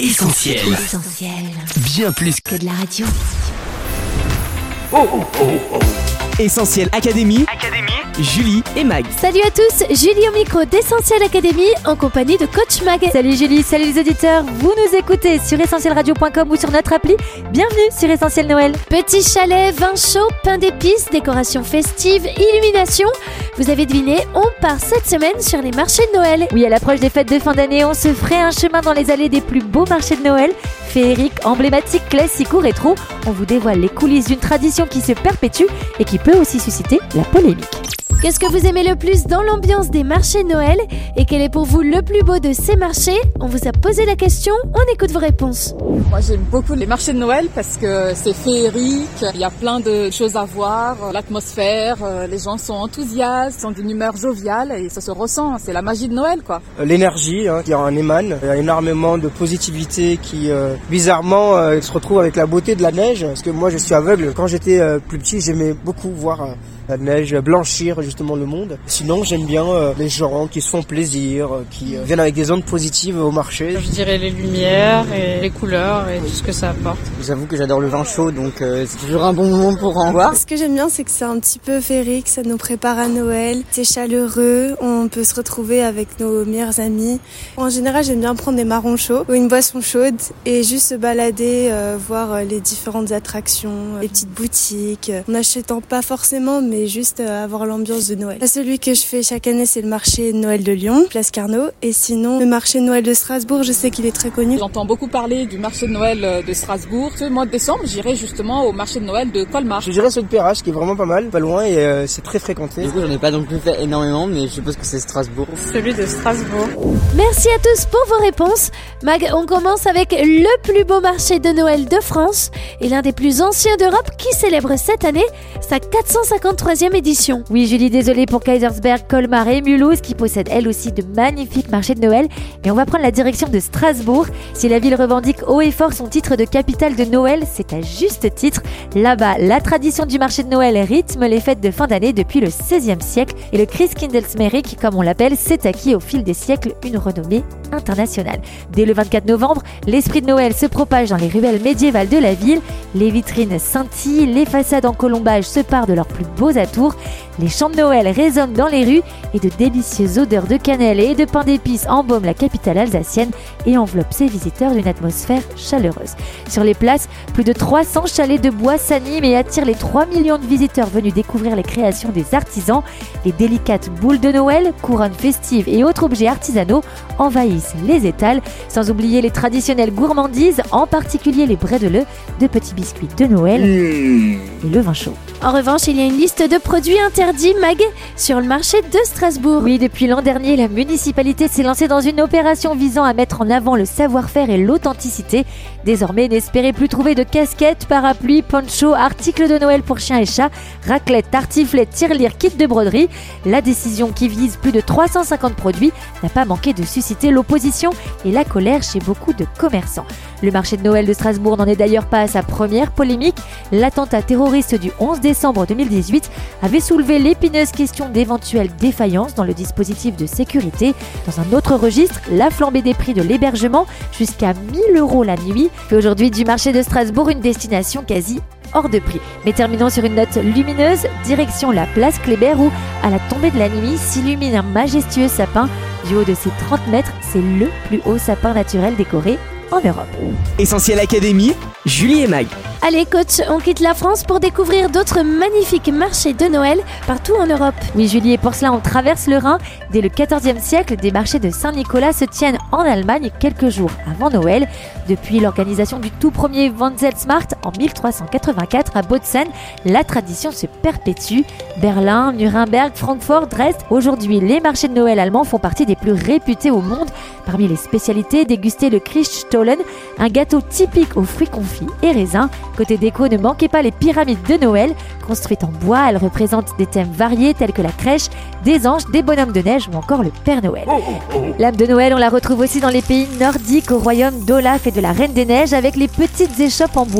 Essentiel. Bien plus que de la radio. Essentiel Académie. Julie et Mag. Salut à tous, Julie au micro d'Essentiel Académie en compagnie de Coach Mag. Salut Julie, salut les auditeurs, vous nous écoutez sur essentielradio.com ou sur notre appli. Bienvenue sur Essentiel Noël. Petit chalet, vin chaud, pain d'épices, décoration festive, illumination. Vous avez deviné, on part cette semaine sur les marchés de Noël. Oui, à l'approche des fêtes de fin d'année, on se ferait un chemin dans les allées des plus beaux marchés de Noël. Féeriques, emblématiques, classiques ou rétro, on vous dévoile les coulisses d'une tradition qui se perpétue et qui peut aussi susciter la polémique. Qu'est-ce que vous aimez le plus dans l'ambiance des marchés de Noël et quel est pour vous le plus beau de ces marchés? On vous a posé la question, on écoute vos réponses. Moi j'aime beaucoup les marchés de Noël parce que c'est féerique, il y a plein de choses à voir, l'atmosphère, les gens sont enthousiastes, sont d'une humeur joviale et ça se ressent, c'est la magie de Noël quoi. L'énergie qui en émane, il y a énormément de positivité qui bizarrement se retrouve avec la beauté de la neige parce que moi je suis aveugle. Quand j'étais plus petit j'aimais beaucoup voir la neige blanchir justement le monde. Sinon j'aime bien les gens qui se font plaisir, qui viennent avec des ondes positives au marché. Je dirais les lumières et les couleurs et tout ce que ça apporte. J'avoue que j'adore le vin chaud donc c'est toujours un bon moment pour en boire. Ce que j'aime bien c'est que c'est un petit peu féerique, ça nous prépare à Noël, c'est chaleureux, on peut se retrouver avec nos meilleurs amis. En général j'aime bien prendre des marrons chauds ou une boisson chaude et juste se balader, voir les différentes attractions, les petites boutiques, en n'achetant pas forcément mais juste avoir l'ambiance de Noël. Là, celui que je fais chaque année, c'est le marché de Noël de Lyon, place Carnot. Et sinon, le marché de Noël de Strasbourg, je sais qu'il est très connu. J'entends beaucoup parler du marché de Noël de Strasbourg. Ce mois de décembre, j'irai justement au marché de Noël de Colmar. Je dirais celui de Perrache qui est vraiment pas mal, pas loin et c'est très fréquenté. Du coup, j'en ai pas non plus fait énormément, mais je suppose que c'est Strasbourg. Celui de Strasbourg. Merci à tous pour vos réponses. Mag, on commence avec le plus beau marché de Noël de France et l'un des plus anciens d'Europe qui célèbre cette année sa 453e édition. Oui, Julie, désolée pour Kaysersberg, Colmar et Mulhouse qui possèdent elles aussi de magnifiques marchés de Noël. Et on va prendre la direction de Strasbourg. Si la ville revendique haut et fort son titre de capitale de Noël, c'est à juste titre. Là-bas, la tradition du marché de Noël rythme les fêtes de fin d'année depuis le XVIe siècle. Et le Christkindlesmarkt, comme on l'appelle, s'est acquis au fil des siècles une renommée internationale. Dès le 24 novembre, l'esprit de Noël se propage dans les ruelles médiévales de la ville. Les vitrines scintillent, les façades en colombage se parent de leurs plus beaux atours. Les chants de Noël résonnent dans les rues et de délicieuses odeurs de cannelle et de pain d'épices embaument la capitale alsacienne et enveloppent ses visiteurs d'une atmosphère chaleureuse. Sur les places, plus de 300 chalets de bois s'animent et attirent les 3 millions de visiteurs venus découvrir les créations des artisans. Les délicates boules de Noël, couronnes festives et autres objets artisanaux envahissent les étals, sans oublier les traditionnelles gourmandises, en particulier les brédeleux, de petits biscuits de Noël et le vin chaud. En revanche, il y a une liste de produits interdits, Mag, sur le marché de Strasbourg. Oui, depuis l'an dernier, la municipalité s'est lancée dans une opération visant à mettre en avant le savoir-faire et l'authenticité. Désormais, n'espérez plus trouver de casquettes, parapluies, ponchos, articles de Noël pour chiens et chats, raclettes, tartiflettes, tirelires, kits de broderie. La décision qui vise plus de 350 produits n'a pas manqué de susciter l'opposition et la colère chez beaucoup de commerçants. Le marché de Noël de Strasbourg n'en est d'ailleurs pas à sa première polémique. L'attentat terroriste du 11 décembre 2018 avait soulevé l'épineuse question d'éventuelles défaillances dans le dispositif de sécurité. Dans un autre registre, la flambée des prix de l'hébergement, jusqu'à 1 000 € la nuit, fait aujourd'hui du marché de Strasbourg une destination quasi hors de prix. Mais terminons sur une note lumineuse, direction la place Kléber où, à la tombée de la nuit, s'illumine un majestueux sapin. Du haut de ses 30 mètres, c'est le plus haut sapin naturel décoré en Europe. Essentiel Académie, Julie et Mag. Allez coach, on quitte la France pour découvrir d'autres magnifiques marchés de Noël partout en Europe. Oui Julie, et pour cela on traverse le Rhin. Dès le XIVe siècle, des marchés de Saint-Nicolas se tiennent en Allemagne quelques jours avant Noël. Depuis l'organisation du tout premier Wandelsmarkt en 1384 à Bautzen, la tradition se perpétue. Berlin, Nuremberg, Francfort, Dresde, aujourd'hui les marchés de Noël allemands font partie des plus réputés au monde. Parmi les spécialités, dégustez le Christstollen, un gâteau typique aux fruits confits et raisins. Côté déco, ne manquez pas les pyramides de Noël. Construites en bois, elles représentent des thèmes variés tels que la crèche, des anges, des bonhommes de neige ou encore le Père Noël. L'âme de Noël, on la retrouve aussi dans les pays nordiques, au royaume d'Olaf et de la Reine des Neiges, avec les petites échoppes en bois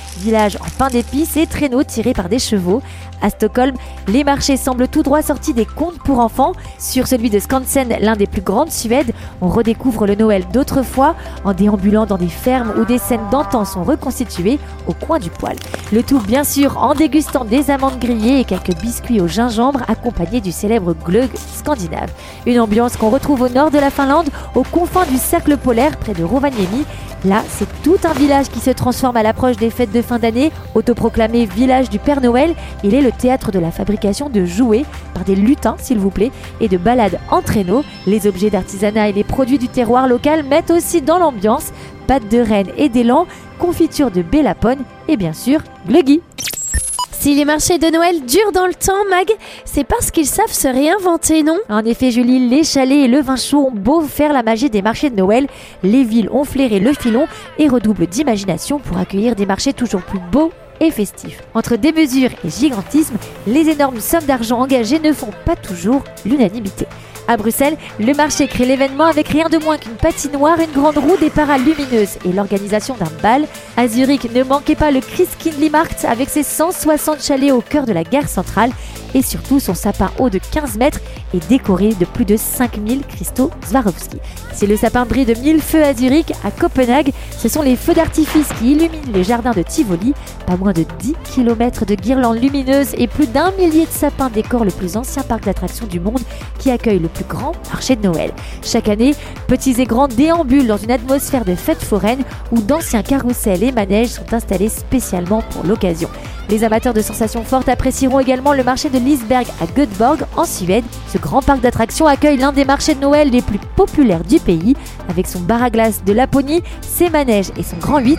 village en pain d'épices et traîneaux tirés par des chevaux. À Stockholm, les marchés semblent tout droit sortis des contes pour enfants. Sur celui de Skansen, l'un des plus grands de Suède, on redécouvre le Noël d'autrefois en déambulant dans des fermes où des scènes d'antan sont reconstituées au coin du poêle. Le tout bien sûr en dégustant des amandes grillées et quelques biscuits au gingembre accompagnés du célèbre glögg scandinave. Une ambiance qu'on retrouve au nord de la Finlande, aux confins du cercle polaire près de Rovaniemi. Là, c'est tout un village qui se transforme à l'approche des fêtes de fin d'année. Autoproclamé village du Père Noël, il est le théâtre de la fabrication de jouets par des lutins, s'il vous plaît, et de balades en traîneau. Les objets d'artisanat et les produits du terroir local mettent aussi dans l'ambiance pâtes de renne et d'élan, confiture de bélapone et bien sûr, glöggi. Si les marchés de Noël durent dans le temps, Mag, c'est parce qu'ils savent se réinventer, non ? En effet, Julie, les chalets et le vin chaud ont beau faire la magie des marchés de Noël, les villes ont flairé le filon et redoublent d'imagination pour accueillir des marchés toujours plus beaux et festifs. Entre démesure et gigantisme, les énormes sommes d'argent engagées ne font pas toujours l'unanimité. À Bruxelles, le marché crée l'événement avec rien de moins qu'une patinoire, une grande roue, des parades lumineuses et l'organisation d'un bal. À Zurich, ne manquez pas le Christkindlmarkt avec ses 160 chalets au cœur de la gare centrale et surtout son sapin haut de 15 mètres et décoré de plus de 5000 cristaux Swarovski. Si le sapin brille de 1000 feux à Zurich, à Copenhague, ce sont les feux d'artifice qui illuminent les jardins de Tivoli. Pas moins de 10 km de guirlandes lumineuses et plus d'1 millier de sapins décorent le plus ancien parc d'attractions du monde qui accueille le plus grand marché de Noël. Chaque année, petits et grands déambulent dans une atmosphère de fête foraine où d'anciens carrousels et manèges sont installés spécialement pour l'occasion. Les amateurs de sensations fortes apprécieront également le marché de Liseberg à Göteborg en Suède. Ce grand parc d'attractions accueille l'un des marchés de Noël les plus populaires du pays. Avec son bar à glace de Laponie, ses manèges et son grand 8,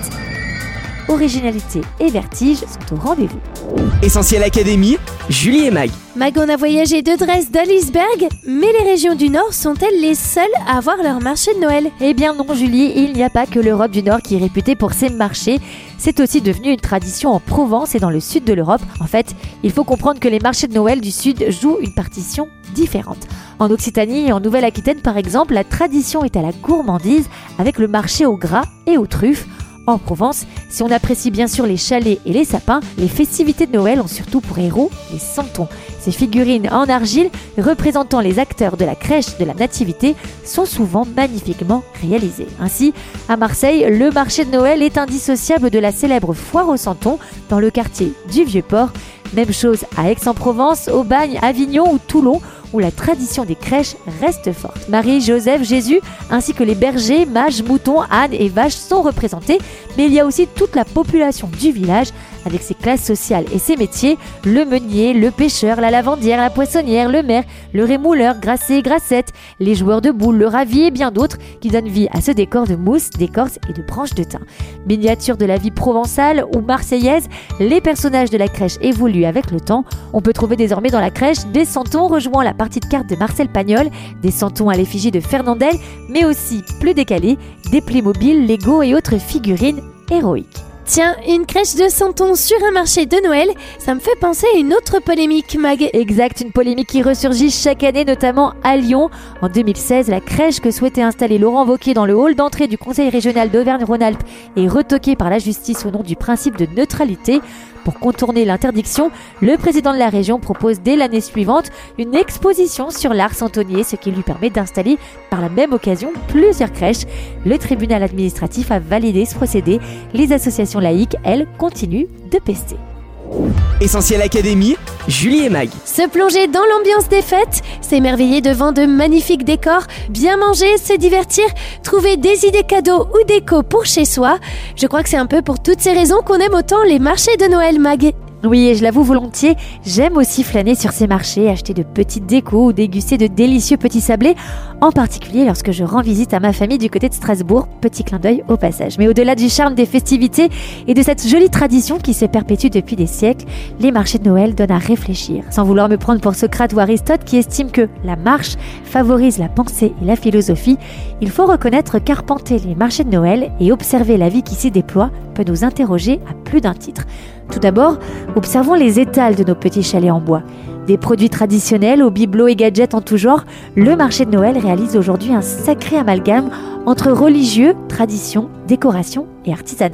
originalité et vertige sont au rendez-vous. Essentiel Académie, Julie et Mag. Mag, on a voyagé de Dresde à Liseberg, mais les régions du Nord sont-elles les seules à avoir leur marché de Noël ? Eh bien non Julie, il n'y a pas que l'Europe du Nord qui est réputée pour ses marchés. C'est aussi devenu une tradition en Provence et dans le sud de l'Europe. En fait, il faut comprendre que les marchés de Noël du sud jouent une partition différente. En Occitanie et en Nouvelle-Aquitaine par exemple, la tradition est à la gourmandise avec le marché au gras et aux truffes. En Provence, si on apprécie bien sûr les chalets et les sapins, les festivités de Noël ont surtout pour héros les santons. Ces figurines en argile représentant les acteurs de la crèche de la Nativité sont souvent magnifiquement réalisées. Ainsi, à Marseille, le marché de Noël est indissociable de la célèbre foire aux santons dans le quartier du Vieux-Port. Même chose à Aix-en-Provence, Aubagne, Avignon ou Toulon, où la tradition des crèches reste forte. Marie, Joseph, Jésus, ainsi que les bergers, mages, moutons, ânes et vaches sont représentés, mais il y a aussi toute la population du village, avec ses classes sociales et ses métiers, le meunier, le pêcheur, la lavandière, la poissonnière, le maire, le rémouleur, grassé et grassette, les joueurs de boules, le ravier et bien d'autres qui donnent vie à ce décor de mousse, d'écorce et de branches de thym. Miniature de la vie provençale ou marseillaise, les personnages de la crèche évoluent avec le temps. On peut trouver désormais dans la crèche des santons rejoignant la partie de cartes de Marcel Pagnol, des santons à l'effigie de Fernandel, mais aussi, plus décalés, des Playmobil, Lego et autres figurines héroïques. Tiens, une crèche de santons sur un marché de Noël, ça me fait penser à une autre polémique, Mag. Exact, une polémique qui ressurgit chaque année, notamment à Lyon. En 2016, la crèche que souhaitait installer Laurent Wauquiez dans le hall d'entrée du Conseil régional d'Auvergne-Rhône-Alpes est retoquée par la justice au nom du principe de neutralité. Pour contourner l'interdiction, le président de la région propose dès l'année suivante une exposition sur l'art santonnier, ce qui lui permet d'installer par la même occasion plusieurs crèches. Le tribunal administratif a validé ce procédé. Les associations laïques, elles, continuent de pester. Essentiel Académie, Julie et Mag. Se plonger dans l'ambiance des fêtes, s'émerveiller devant de magnifiques décors, bien manger, se divertir, trouver des idées cadeaux ou déco pour chez soi. Je crois que c'est un peu pour toutes ces raisons qu'on aime autant les marchés de Noël, Mag. Oui, et je l'avoue volontiers, j'aime aussi flâner sur ces marchés, acheter de petites décos ou déguster de délicieux petits sablés, en particulier lorsque je rends visite à ma famille du côté de Strasbourg, petit clin d'œil au passage. Mais au-delà du charme des festivités et de cette jolie tradition qui se perpétue depuis des siècles, les marchés de Noël donnent à réfléchir. Sans vouloir me prendre pour Socrate ou Aristote qui estiment que la marche favorise la pensée et la philosophie, il faut reconnaître qu'arpenter les marchés de Noël et observer la vie qui s'y déploie peut nous interroger à plus d'un titre. Tout d'abord, observons les étals de nos petits chalets en bois. Des produits traditionnels aux bibelots et gadgets en tout genre, le marché de Noël réalise aujourd'hui un sacré amalgame entre religieux, tradition, décoration et artisanat.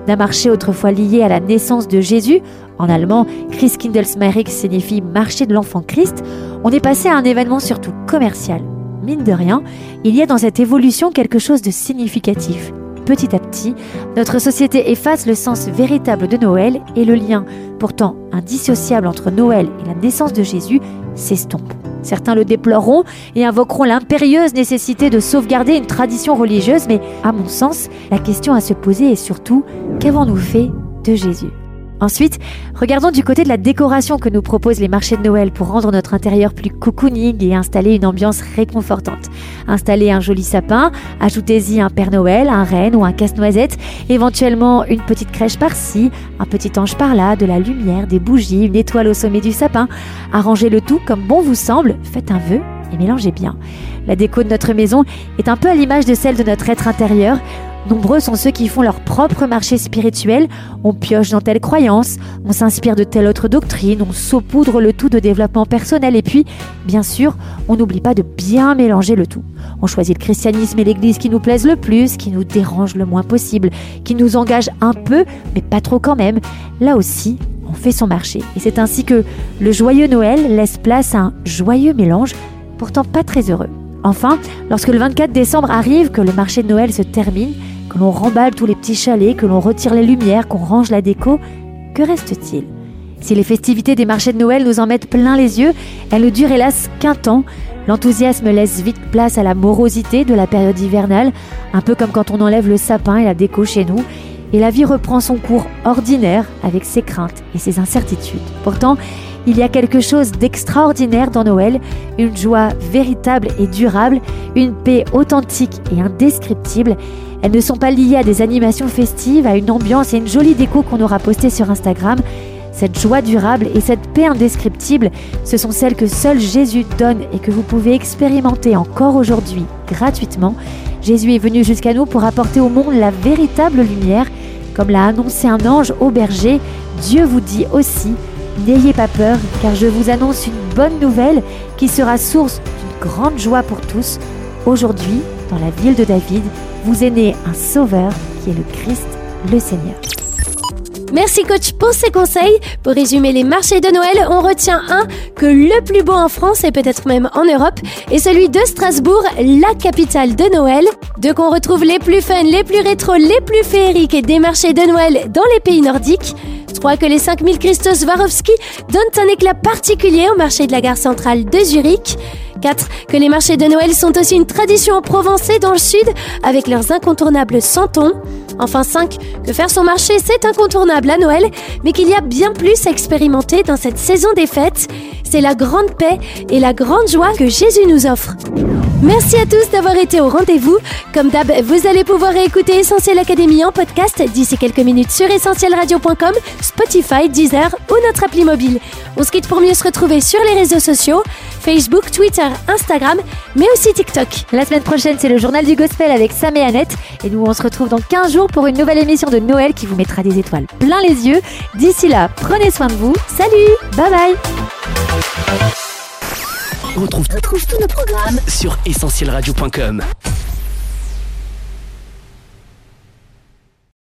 d'un marché autrefois lié à la naissance de Jésus, en allemand Christkindlesmarkt signifie marché de l'enfant Christ, on est passé à un événement surtout commercial. Mine de rien, il y a dans cette évolution quelque chose de significatif. Petit à petit, notre société efface le sens véritable de Noël et le lien, pourtant indissociable entre Noël et la naissance de Jésus, s'estompe. Certains le déploreront et invoqueront l'impérieuse nécessité de sauvegarder une tradition religieuse, mais à mon sens, la question à se poser est surtout « qu'avons-nous fait de Jésus ?» Ensuite, regardons du côté de la décoration que nous proposent les marchés de Noël pour rendre notre intérieur plus cocooning et installer une ambiance réconfortante. Installez un joli sapin, ajoutez-y un Père Noël, un renne ou un casse-noisette, éventuellement une petite crèche par-ci, un petit ange par-là, de la lumière, des bougies, une étoile au sommet du sapin. Arrangez le tout comme bon vous semble, faites un vœu et mélangez bien. La déco de notre maison est un peu à l'image de celle de notre être intérieur. Nombreux sont ceux qui font leur propre marché spirituel, on pioche dans telle croyance, on s'inspire de telle autre doctrine, on saupoudre le tout de développement personnel et puis, bien sûr, on n'oublie pas de bien mélanger le tout. On choisit le christianisme et l'église qui nous plaisent le plus, qui nous dérangent le moins possible, qui nous engagent un peu, mais pas trop quand même. Là aussi, on fait son marché. Et c'est ainsi que le joyeux Noël laisse place à un joyeux mélange, pourtant pas très heureux. Enfin, lorsque le 24 décembre arrive, que le marché de Noël se termine, que l'on remballe tous les petits chalets, que l'on retire les lumières, qu'on range la déco, que reste-t-il ? Si les festivités des marchés de Noël nous en mettent plein les yeux, elles ne durent hélas qu'un temps. L'enthousiasme laisse vite place à la morosité de la période hivernale, un peu comme quand on enlève le sapin et la déco chez nous, et la vie reprend son cours ordinaire avec ses craintes et ses incertitudes. Pourtant, il y a quelque chose d'extraordinaire dans Noël, une joie véritable et durable, une paix authentique et indescriptible. Elles ne sont pas liées à des animations festives, à une ambiance et une jolie déco qu'on aura postée sur Instagram. Cette joie durable et cette paix indescriptible, ce sont celles que seul Jésus donne et que vous pouvez expérimenter encore aujourd'hui gratuitement. Jésus est venu jusqu'à nous pour apporter au monde la véritable lumière. Comme l'a annoncé un ange au berger, Dieu vous dit aussi: n'ayez pas peur, car je vous annonce une bonne nouvelle qui sera source d'une grande joie pour tous. Aujourd'hui, dans la ville de David, vous est né un sauveur qui est le Christ, le Seigneur. Merci coach pour ces conseils. Pour résumer les marchés de Noël, on retient que le plus beau en France et peut-être même en Europe est celui de Strasbourg, la capitale de Noël. Qu'on retrouve les plus fun, les plus rétro, les plus féeriques et des marchés de Noël dans les pays nordiques. 3 que les 5000 Christos Swarovski donnent un éclat particulier au marché de la gare centrale de Zurich. 4 que les marchés de Noël sont aussi une tradition en Provence et dans le sud avec leurs incontournables santons. Enfin 5 que faire son marché c'est incontournable à Noël, mais qu'il y a bien plus à expérimenter dans cette saison des fêtes. C'est la grande paix et la grande joie que Jésus nous offre. Merci à tous d'avoir été au rendez-vous. Comme d'hab, vous allez pouvoir réécouter Essentiel Académie en podcast d'ici quelques minutes sur essentielradio.com, Spotify, Deezer ou notre appli mobile. On se quitte pour mieux se retrouver sur les réseaux sociaux, Facebook, Twitter, Instagram, mais aussi TikTok. La semaine prochaine, c'est le journal du gospel avec Sam et Annette. Et nous, on se retrouve dans 15 jours pour une nouvelle émission de Noël qui vous mettra des étoiles plein les yeux. D'ici là, prenez soin de vous. Salut, bye bye. On retrouve tous nos programmes sur essentielradio.com.